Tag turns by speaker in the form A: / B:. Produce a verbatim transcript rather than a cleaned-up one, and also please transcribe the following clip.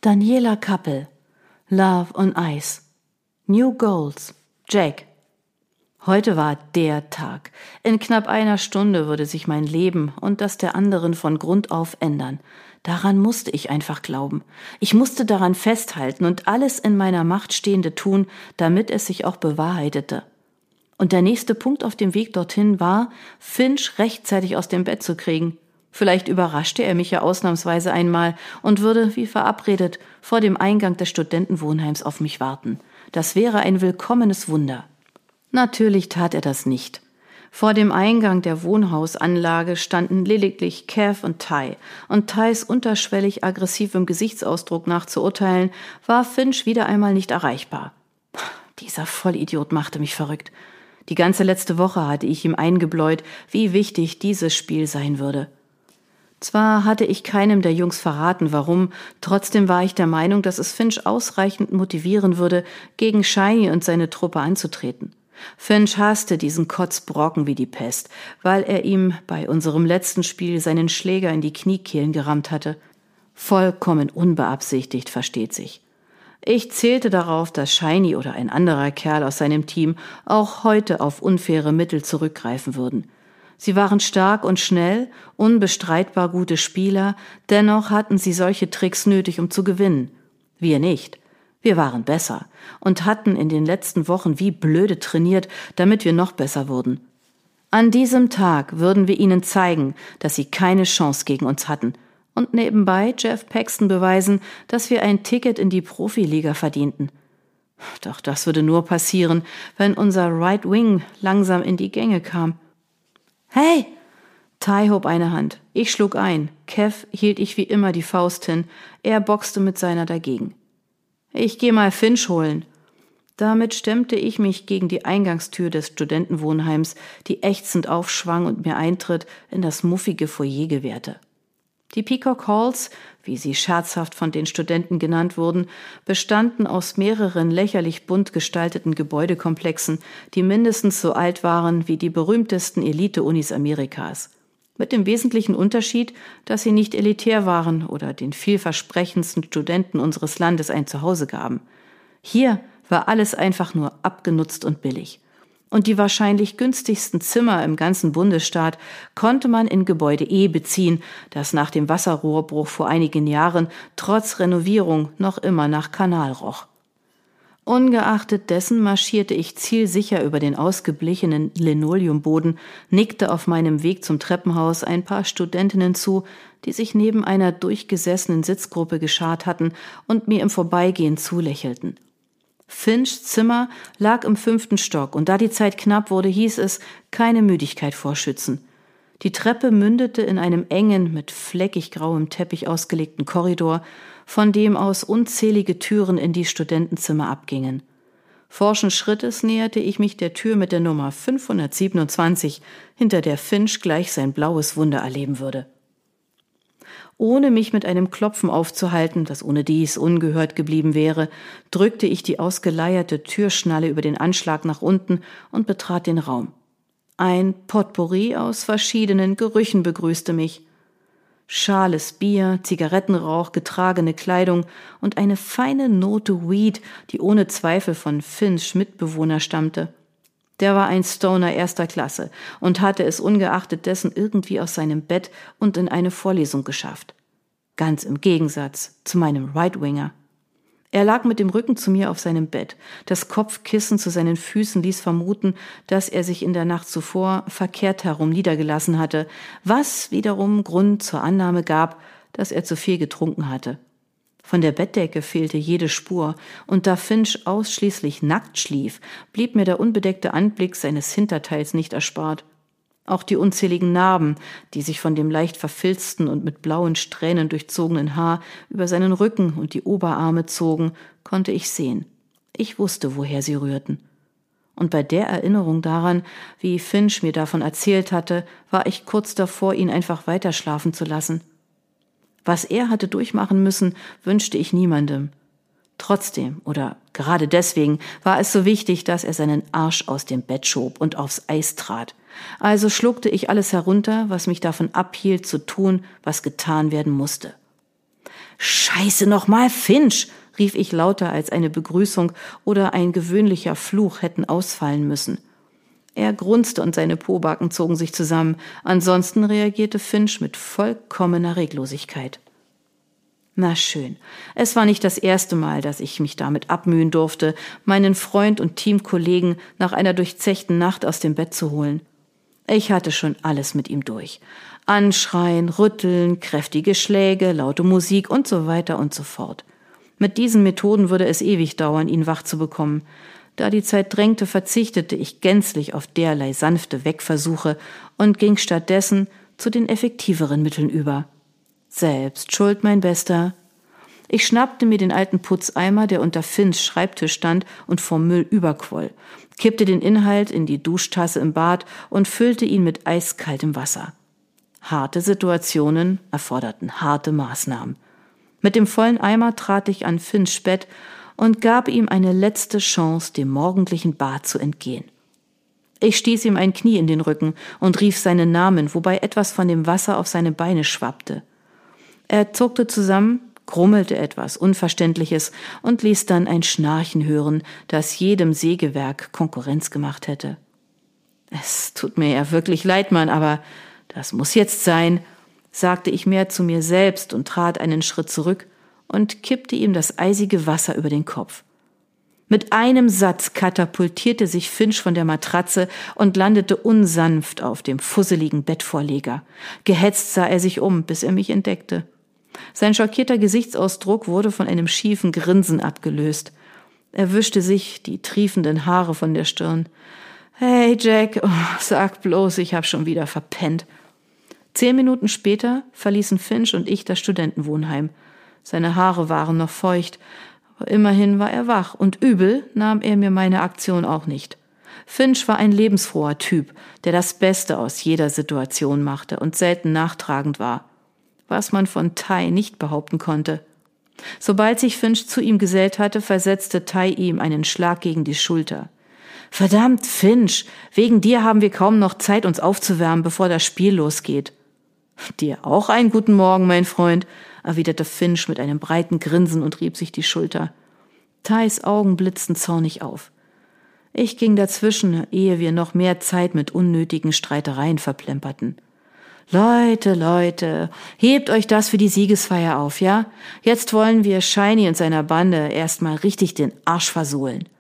A: Daniela Kappel, Love on Ice, New Goals, Jack. Heute war der Tag. In knapp einer Stunde würde sich mein Leben und das der anderen von Grund auf ändern. Daran musste ich einfach glauben. Ich musste daran festhalten und alles in meiner Macht Stehende tun, damit es sich auch bewahrheitete. Und der nächste Punkt auf dem Weg dorthin war, Finch rechtzeitig aus dem Bett zu kriegen. Vielleicht überraschte er mich ja ausnahmsweise einmal und würde, wie verabredet, vor dem Eingang des Studentenwohnheims auf mich warten. Das wäre ein willkommenes Wunder. Natürlich tat er das nicht. Vor dem Eingang der Wohnhausanlage standen lediglich Kev und Ty, und Tys unterschwellig aggressivem Gesichtsausdruck nach zu urteilen, war Finch wieder einmal nicht erreichbar. Dieser Vollidiot machte mich verrückt. Die ganze letzte Woche hatte ich ihm eingebläut, wie wichtig dieses Spiel sein würde. Zwar hatte ich keinem der Jungs verraten, warum, trotzdem war ich der Meinung, dass es Finch ausreichend motivieren würde, gegen Shiny und seine Truppe anzutreten. Finch hasste diesen Kotzbrocken wie die Pest, weil er ihm bei unserem letzten Spiel seinen Schläger in die Kniekehlen gerammt hatte. Vollkommen unbeabsichtigt, versteht sich. Ich zählte darauf, dass Shiny oder ein anderer Kerl aus seinem Team auch heute auf unfaire Mittel zurückgreifen würden. Sie waren stark und schnell, unbestreitbar gute Spieler, dennoch hatten sie solche Tricks nötig, um zu gewinnen. Wir nicht. Wir waren besser und hatten in den letzten Wochen wie blöde trainiert, damit wir noch besser wurden. An diesem Tag würden wir ihnen zeigen, dass sie keine Chance gegen uns hatten und nebenbei Jeff Paxton beweisen, dass wir ein Ticket in die Profiliga verdienten. Doch das würde nur passieren, wenn unser Right Wing langsam in die Gänge kam. »Hey!« Ty hob eine Hand. Ich schlug ein. Kev hielt ich wie immer die Faust hin. Er boxte mit seiner dagegen. »Ich geh mal Finch holen.« Damit stemmte ich mich gegen die Eingangstür des Studentenwohnheims, die ächzend aufschwang und mir Eintritt in das muffige Foyer gewährte. Die Peacock Halls, wie sie scherzhaft von den Studenten genannt wurden, bestanden aus mehreren lächerlich bunt gestalteten Gebäudekomplexen, die mindestens so alt waren wie die berühmtesten Elite-Unis Amerikas. Mit dem wesentlichen Unterschied, dass sie nicht elitär waren oder den vielversprechendsten Studenten unseres Landes ein Zuhause gaben. Hier war alles einfach nur abgenutzt und billig. Und die wahrscheinlich günstigsten Zimmer im ganzen Bundesstaat konnte man in Gebäude E beziehen, das nach dem Wasserrohrbruch vor einigen Jahren trotz Renovierung noch immer nach Kanal roch. Ungeachtet dessen marschierte ich zielsicher über den ausgeblichenen Linoleumboden, nickte auf meinem Weg zum Treppenhaus ein paar Studentinnen zu, die sich neben einer durchgesessenen Sitzgruppe geschart hatten und mir im Vorbeigehen zulächelten. Finchs Zimmer lag im fünften Stock, und da die Zeit knapp wurde, hieß es, keine Müdigkeit vorschützen. Die Treppe mündete in einem engen, mit fleckig grauem Teppich ausgelegten Korridor, von dem aus unzählige Türen in die Studentenzimmer abgingen. Forschen Schrittes näherte ich mich der Tür mit der Nummer fünfhundertsiebenundzwanzig, hinter der Finch gleich sein blaues Wunder erleben würde. Ohne mich mit einem Klopfen aufzuhalten, das ohne dies ungehört geblieben wäre, drückte ich die ausgeleierte Türschnalle über den Anschlag nach unten und betrat den Raum. Ein Potpourri aus verschiedenen Gerüchen begrüßte mich. Schales Bier, Zigarettenrauch, getragene Kleidung und eine feine Note Weed, die ohne Zweifel von Finchs Mitbewohner stammte. Der war ein Stoner erster Klasse und hatte es ungeachtet dessen irgendwie aus seinem Bett und in eine Vorlesung geschafft. Ganz im Gegensatz zu meinem Right-Winger. Er lag mit dem Rücken zu mir auf seinem Bett. Das Kopfkissen zu seinen Füßen ließ vermuten, dass er sich in der Nacht zuvor verkehrt herum niedergelassen hatte, was wiederum Grund zur Annahme gab, dass er zu viel getrunken hatte. Von der Bettdecke fehlte jede Spur, und da Finch ausschließlich nackt schlief, blieb mir der unbedeckte Anblick seines Hinterteils nicht erspart. Auch die unzähligen Narben, die sich von dem leicht verfilzten und mit blauen Strähnen durchzogenen Haar über seinen Rücken und die Oberarme zogen, konnte ich sehen. Ich wusste, woher sie rührten. Und bei der Erinnerung daran, wie Finch mir davon erzählt hatte, war ich kurz davor, ihn einfach weiter schlafen zu lassen. Was er hatte durchmachen müssen, wünschte ich niemandem. Trotzdem, oder gerade deswegen, war es so wichtig, dass er seinen Arsch aus dem Bett schob und aufs Eis trat. Also schluckte ich alles herunter, was mich davon abhielt, zu tun, was getan werden musste. »Scheiße nochmal, Finch«, rief ich lauter, als eine Begrüßung oder ein gewöhnlicher Fluch hätten ausfallen müssen. Er grunzte und seine Pobacken zogen sich zusammen. Ansonsten reagierte Finch mit vollkommener Reglosigkeit. Na schön, es war nicht das erste Mal, dass ich mich damit abmühen durfte, meinen Freund und Teamkollegen nach einer durchzechten Nacht aus dem Bett zu holen. Ich hatte schon alles mit ihm durch. Anschreien, rütteln, kräftige Schläge, laute Musik und so weiter und so fort. Mit diesen Methoden würde es ewig dauern, ihn wach zu bekommen. Da die Zeit drängte, verzichtete ich gänzlich auf derlei sanfte Wegversuche und ging stattdessen zu den effektiveren Mitteln über. Selbst schuld, mein Bester. Ich schnappte mir den alten Putzeimer, der unter Finns Schreibtisch stand und vom Müll überquoll, kippte den Inhalt in die Duschtasse im Bad und füllte ihn mit eiskaltem Wasser. Harte Situationen erforderten harte Maßnahmen. Mit dem vollen Eimer trat ich an Finns Bett und gab ihm eine letzte Chance, dem morgendlichen Bad zu entgehen. Ich stieß ihm ein Knie in den Rücken und rief seinen Namen, wobei etwas von dem Wasser auf seine Beine schwappte. Er zuckte zusammen, grummelte etwas Unverständliches und ließ dann ein Schnarchen hören, das jedem Sägewerk Konkurrenz gemacht hätte. »Es tut mir ja wirklich leid, Mann, aber das muss jetzt sein«, sagte ich mehr zu mir selbst und trat einen Schritt zurück und kippte ihm das eisige Wasser über den Kopf. Mit einem Satz katapultierte sich Finch von der Matratze und landete unsanft auf dem fusseligen Bettvorleger. Gehetzt sah er sich um, bis er mich entdeckte. Sein schockierter Gesichtsausdruck wurde von einem schiefen Grinsen abgelöst. Er wischte sich die triefenden Haare von der Stirn. »Hey Jack, oh, sag bloß, ich hab schon wieder verpennt.« Zehn Minuten später verließen Finch und ich das Studentenwohnheim. Seine Haare waren noch feucht, aber immerhin war er wach und übel nahm er mir meine Aktion auch nicht. Finch war ein lebensfroher Typ, der das Beste aus jeder Situation machte und selten nachtragend war, was man von Ty nicht behaupten konnte. Sobald sich Finch zu ihm gesellt hatte, versetzte Ty ihm einen Schlag gegen die Schulter. »Verdammt, Finch, wegen dir haben wir kaum noch Zeit, uns aufzuwärmen, bevor das Spiel losgeht.« »Dir auch einen guten Morgen, mein Freund«, erwiderte Finch mit einem breiten Grinsen und rieb sich die Schulter. Tys Augen blitzten zornig auf. Ich ging dazwischen, ehe wir noch mehr Zeit mit unnötigen Streitereien verplemperten. »Leute, Leute, hebt euch das für die Siegesfeier auf, ja? Jetzt wollen wir Shiny und seiner Bande erstmal richtig den Arsch versohlen.«